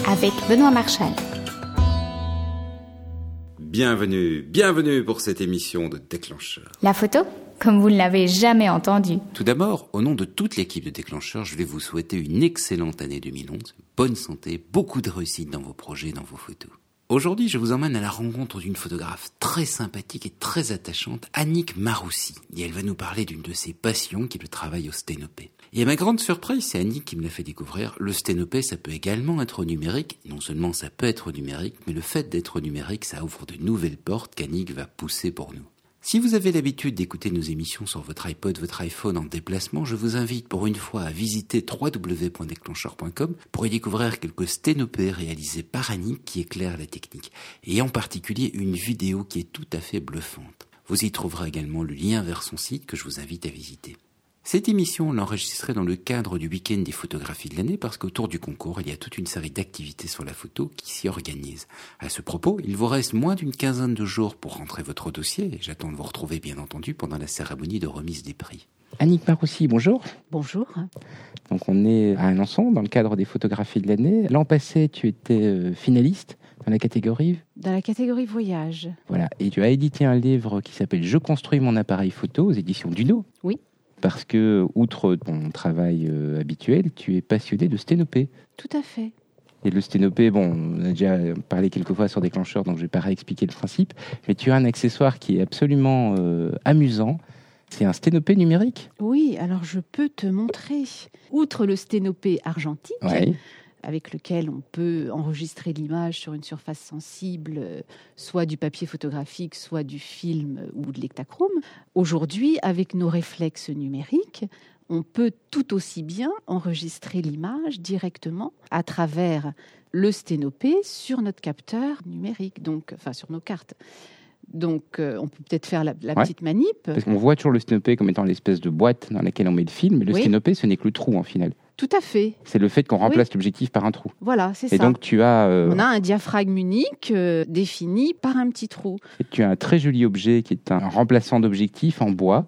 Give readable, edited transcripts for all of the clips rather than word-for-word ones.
avec Benoît Marchal. Bienvenue pour cette émission de Déclencheur. La photo, comme vous ne l'avez jamais entendu. Tout d'abord, au nom de toute l'équipe de Déclencheur, je vais vous souhaiter une excellente année 2011, bonne santé, beaucoup de réussite dans vos projets, dans vos photos. Aujourd'hui, je vous emmène à la rencontre d'une photographe très sympathique et très attachante, Annick Maroussi. Et elle va nous parler d'une de ses passions qui est le travail au sténopé. Et à ma grande surprise, c'est Annick qui me l'a fait découvrir. Le sténopé, ça peut également être numérique. Non seulement ça peut être numérique, mais le fait d'être numérique, ça ouvre de nouvelles portes qu'Annick va pousser pour nous. Si vous avez l'habitude d'écouter nos émissions sur votre iPod, votre iPhone en déplacement, je vous invite pour une fois à visiter www.déclencheur.com pour y découvrir quelques sténopés réalisés par Annick qui éclairent la technique, et en particulier une vidéo qui est tout à fait bluffante. Vous y trouverez également le lien vers son site que je vous invite à visiter. Cette émission, on l'a enregistrée dans le cadre du week-end des photographies de l'année parce qu'autour du concours, il y a toute une série d'activités sur la photo qui s'y organisent. À ce propos, il vous reste moins d'une quinzaine de jours pour rentrer votre dossier et j'attends de vous retrouver bien entendu pendant la cérémonie de remise des prix. Annick Maroussi, bonjour. Bonjour. Donc on est à Alençon dans le cadre des photographies de l'année. L'an passé, tu étais finaliste dans la catégorie voyage. Voilà, et tu as édité un livre qui s'appelle « Je construis mon appareil photo » aux éditions Duno. Oui. Parce que, outre ton travail habituel, tu es passionné de sténopé. Tout à fait. Et le sténopé, on a déjà parlé quelques fois sur Déclencheur, donc je ne vais pas réexpliquer le principe. Mais tu as un accessoire qui est absolument amusant. C'est un sténopé numérique. Oui, alors je peux te montrer. Outre le sténopé argentique, ouais, avec lequel on peut enregistrer l'image sur une surface sensible, soit du papier photographique, soit du film ou de l'hectachrome. Aujourd'hui, avec nos réflexes numériques, on peut tout aussi bien enregistrer l'image directement à travers le sténopé sur notre capteur numérique, donc, enfin sur nos cartes. Donc, on peut peut-être faire la petite manip. Parce qu'on voit toujours le sténopé comme étant l'espèce de boîte dans laquelle on met le film, mais le sténopé, ce n'est que le trou en final. Tout à fait. C'est le fait qu'on remplace l'objectif par un trou. Voilà, c'est ça. Et donc tu as... On a un diaphragme unique défini par un petit trou. Et tu as un très joli objet qui est un remplaçant d'objectif en bois.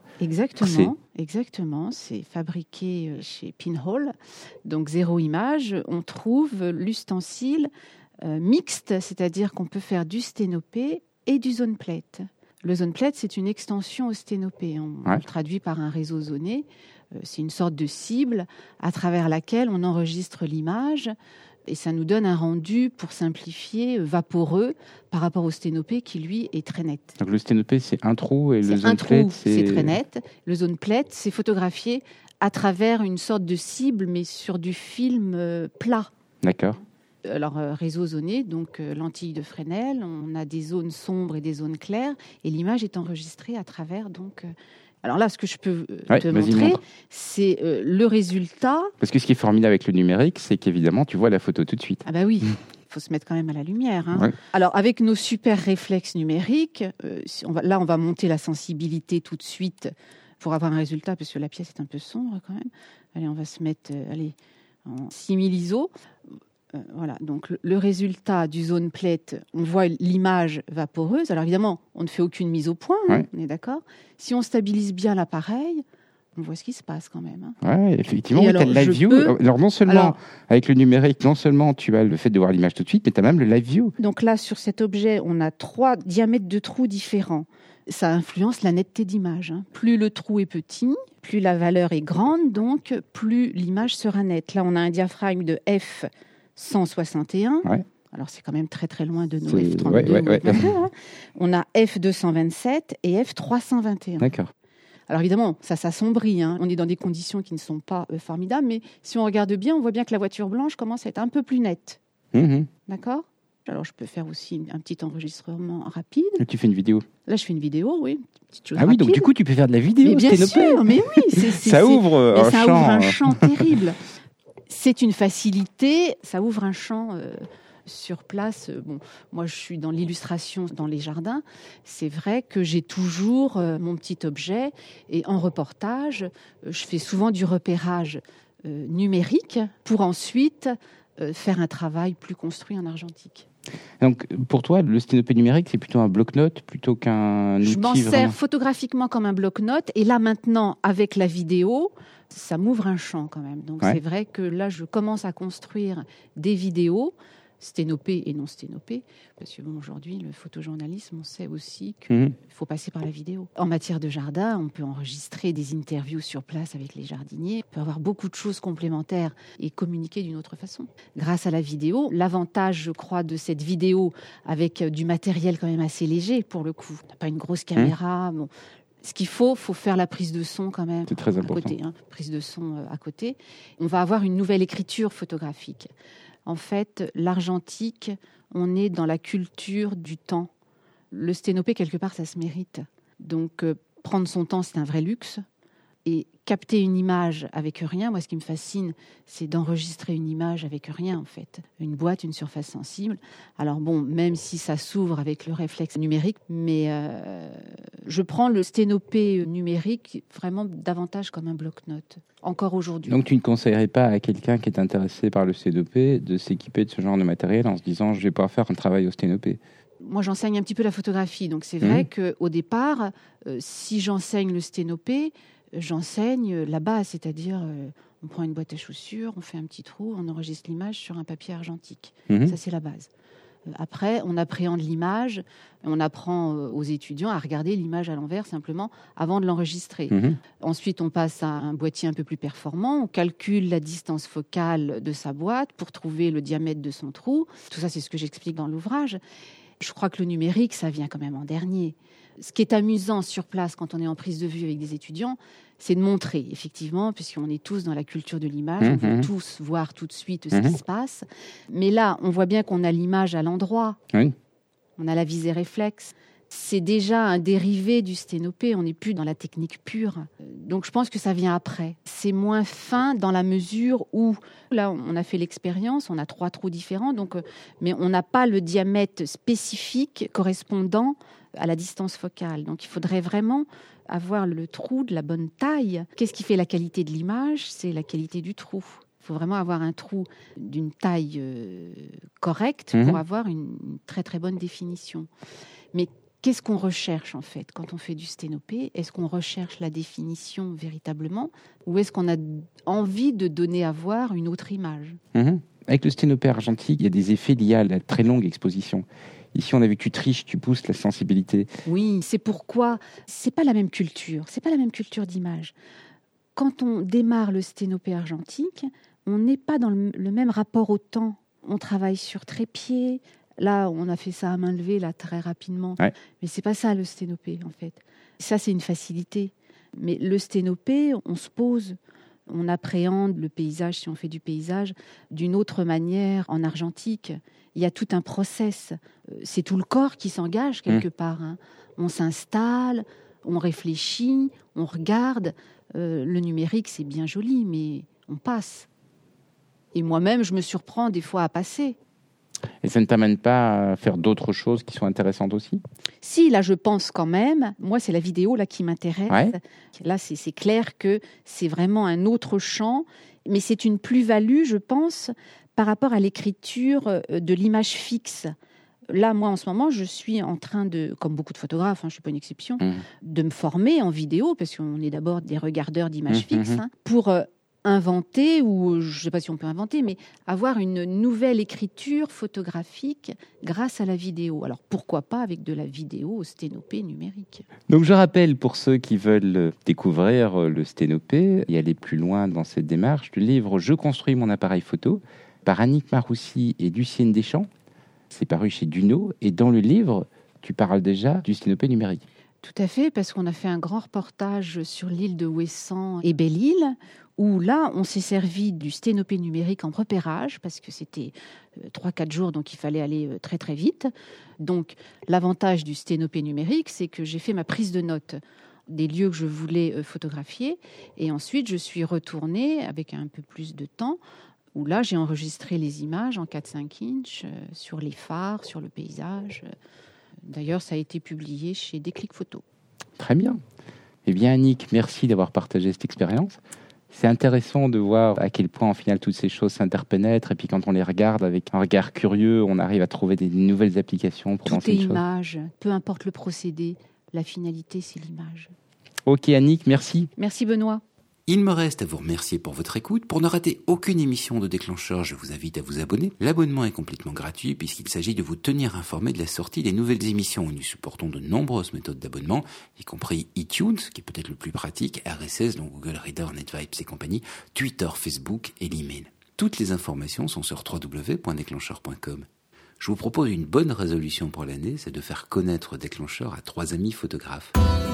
Exactement. C'est fabriqué chez Pinhole. Donc zéro image. On trouve l'ustensile mixte, c'est-à-dire qu'on peut faire du sténopé et du zone plate. Le zone plate, c'est une extension au sténopé. On le traduit par un réseau zoné. C'est une sorte de cible à travers laquelle on enregistre l'image et ça nous donne un rendu, pour simplifier, vaporeux par rapport au sténopé qui, lui, est très net. Donc le sténopé, c'est un trou et le zone plate, c'est très net. Le zone plate, c'est photographié à travers une sorte de cible, mais sur du film plat. D'accord. Alors, réseau zoné, donc lentille de Fresnel, on a des zones sombres et des zones claires, et l'image est enregistrée à travers, donc... Alors là, ce que je peux te montrer, c'est le résultat. Parce que ce qui est formidable avec le numérique, c'est qu'évidemment, tu vois la photo tout de suite. Ah bah oui, il faut se mettre quand même à la lumière. Hein. Ouais. Alors, avec nos super réflexes numériques, on va monter la sensibilité tout de suite pour avoir un résultat, parce que la pièce est un peu sombre quand même. Allez, on va se mettre en 6000 ISO. Voilà, donc le résultat du zone plate, on voit l'image vaporeuse. Alors évidemment, on ne fait aucune mise au point, on est d'accord. Si on stabilise bien l'appareil, on voit ce qui se passe quand même. Oui, effectivement, tu as le live view. Alors non seulement, avec le numérique, non seulement tu as le fait de voir l'image tout de suite, mais tu as même le live view. Donc là, sur cet objet, on a 3 diamètres de trous différents. Ça influence la netteté d'image. Plus le trou est petit, plus la valeur est grande, donc plus l'image sera nette. Là, on a un diaphragme de F 161. Ouais. Alors, c'est quand même très, très loin de nos F32. Hein. On a F227 et F321. D'accord. Alors, évidemment, ça s'assombrit. Hein. On est dans des conditions qui ne sont pas formidables, mais si on regarde bien, on voit bien que la voiture blanche commence à être un peu plus nette. Mmh. D'accord ? Alors, je peux faire aussi un petit enregistrement rapide. Et tu fais une vidéo ? Là, je fais une vidéo, oui. Oui, donc du coup, tu peux faire de la vidéo. Mais bien sûr, mais oui. Ça ouvre un champ terrible. C'est une facilité, ça ouvre un champ sur place. Bon, moi, je suis dans l'illustration dans les jardins. C'est vrai que j'ai toujours mon petit objet. Et en reportage, je fais souvent du repérage numérique pour ensuite faire un travail plus construit en argentique. Donc, pour toi, le sténopé numérique, c'est plutôt un bloc-notes plutôt qu'un outil. Je m'en sers photographiquement comme un bloc-notes. Et là, maintenant, avec la vidéo, ça m'ouvre un champ quand même. Donc, c'est vrai que là, je commence à construire des vidéos sténopé et non sténopé, parce que aujourd'hui, le photojournalisme, on sait aussi qu'il faut passer par la vidéo. En matière de jardin, on peut enregistrer des interviews sur place avec les jardiniers, on peut avoir beaucoup de choses complémentaires et communiquer d'une autre façon. Grâce à la vidéo, l'avantage, je crois, de cette vidéo avec du matériel quand même assez léger, pour le coup. On n'a pas une grosse caméra, bon. Ce qu'il faut faire la prise de son quand même. C'est très important. À côté, prise de son à côté. On va avoir une nouvelle écriture photographique. En fait, l'argentique, on est dans la culture du temps. Le sténopé, quelque part, ça se mérite. Donc, prendre son temps, c'est un vrai luxe. Et capter une image avec rien, moi, ce qui me fascine, c'est d'enregistrer une image avec rien, en fait. Une boîte, une surface sensible. Alors bon, même si ça s'ouvre avec le réflexe numérique, mais je prends le sténopé numérique vraiment davantage comme un bloc-notes, encore aujourd'hui. Donc tu ne conseillerais pas à quelqu'un qui est intéressé par le sténopé de s'équiper de ce genre de matériel en se disant « je vais pouvoir faire un travail au sténopé ». Moi, j'enseigne un petit peu la photographie, donc c'est vrai qu'au départ, si j'enseigne le sténopé, j'enseigne la base, c'est-à-dire on prend une boîte à chaussures, on fait un petit trou, on enregistre l'image sur un papier argentique. Ça, c'est la base. Après, on appréhende l'image, on apprend aux étudiants à regarder l'image à l'envers simplement avant de l'enregistrer. Ensuite, on passe à un boîtier un peu plus performant, on calcule la distance focale de sa boîte pour trouver le diamètre de son trou. Tout ça, c'est ce que j'explique dans l'ouvrage. Je crois que le numérique, ça vient quand même en dernier. Ce qui est amusant sur place quand on est en prise de vue avec des étudiants, c'est de montrer, effectivement, puisqu'on est tous dans la culture de l'image, on veut tous voir tout de suite ce qui se passe. Mais là, on voit bien qu'on a l'image à l'endroit. Oui. On a la visée réflexe. C'est déjà un dérivé du sténopé, on n'est plus dans la technique pure. Donc je pense que ça vient après. C'est moins fin dans la mesure où, là on a fait l'expérience, on a 3 trous différents, donc, mais on n'a pas le diamètre spécifique correspondant à la distance focale. Donc il faudrait vraiment avoir le trou de la bonne taille. Qu'est-ce qui fait la qualité de l'image ? C'est la qualité du trou. Il faut vraiment avoir un trou d'une taille correcte pour avoir une très très bonne définition. Mais qu'est-ce qu'on recherche en fait quand on fait du sténopé ? Est-ce qu'on recherche la définition véritablement ou est-ce qu'on a envie de donner à voir une autre image ? Avec le sténopé argentique, il y a des effets liés à la très longue exposition. Ici, on a vu que tu triches, tu pousses la sensibilité. Oui, c'est pourquoi c'est pas la même culture, c'est pas la même culture d'image. Quand on démarre le sténopé argentique, on n'est pas dans le même rapport au temps. On travaille sur trépied. Là, on a fait ça à main levée, là, très rapidement. Ouais. Mais c'est pas ça, le sténopé, en fait. Ça, c'est une facilité. Mais le sténopé, on se pose. On appréhende le paysage, si on fait du paysage, d'une autre manière en argentique. Il y a tout un process. C'est tout le corps qui s'engage quelque part. On s'installe, on réfléchit, on regarde. Le numérique, c'est bien joli, mais on passe. Et moi-même, je me surprends des fois à passer. Et ça ne t'amène pas à faire d'autres choses qui sont intéressantes aussi ? Si, là, je pense quand même. Moi, c'est la vidéo là qui m'intéresse. Ouais. Là, c'est clair que c'est vraiment un autre champ, mais c'est une plus-value, je pense, par rapport à l'écriture de l'image fixe. Là, moi, en ce moment, je suis en train de, comme beaucoup de photographes, je ne suis pas une exception, de me former en vidéo, parce qu'on est d'abord des regardeurs d'images fixes, pour inventer, ou je ne sais pas si on peut inventer, mais avoir une nouvelle écriture photographique grâce à la vidéo. Alors pourquoi pas avec de la vidéo au sténopé numérique ? Donc je rappelle pour ceux qui veulent découvrir le sténopé et aller plus loin dans cette démarche, le livre « Je construis mon appareil photo » par Annick Maroussi et Lucienne Deschamps. C'est paru chez Duno. Et dans le livre, tu parles déjà du sténopé numérique. Tout à fait, parce qu'on a fait un grand reportage sur l'île de Ouessant et Belle-Île, où là, on s'est servi du sténopé numérique en repérage, parce que c'était 3-4 jours, donc il fallait aller très très vite. Donc l'avantage du sténopé numérique, c'est que j'ai fait ma prise de notes des lieux que je voulais photographier, et ensuite je suis retournée avec un peu plus de temps, où là j'ai enregistré les images en 4-5 inches sur les phares, sur le paysage. D'ailleurs, ça a été publié chez Déclic Photo. Très bien. Eh bien, Annick, merci d'avoir partagé cette expérience. C'est intéressant de voir à quel point, en final, toutes ces choses s'interpénètrent. Et puis, quand on les regarde avec un regard curieux, on arrive à trouver des nouvelles applications pour tout est image, peu importe le procédé. La finalité, c'est l'image. Ok, Annick, merci. Merci, Benoît. Il me reste à vous remercier pour votre écoute. Pour ne rater aucune émission de Déclencheur, je vous invite à vous abonner. L'abonnement est complètement gratuit puisqu'il s'agit de vous tenir informé de la sortie des nouvelles émissions. Nous supportons de nombreuses méthodes d'abonnement, y compris iTunes, qui est peut-être le plus pratique, RSS, donc Google Reader, NetVibes et compagnie, Twitter, Facebook et l'email. Toutes les informations sont sur www.déclencheur.com. Je vous propose une bonne résolution pour l'année, c'est de faire connaître Déclencheur à 3 amis photographes.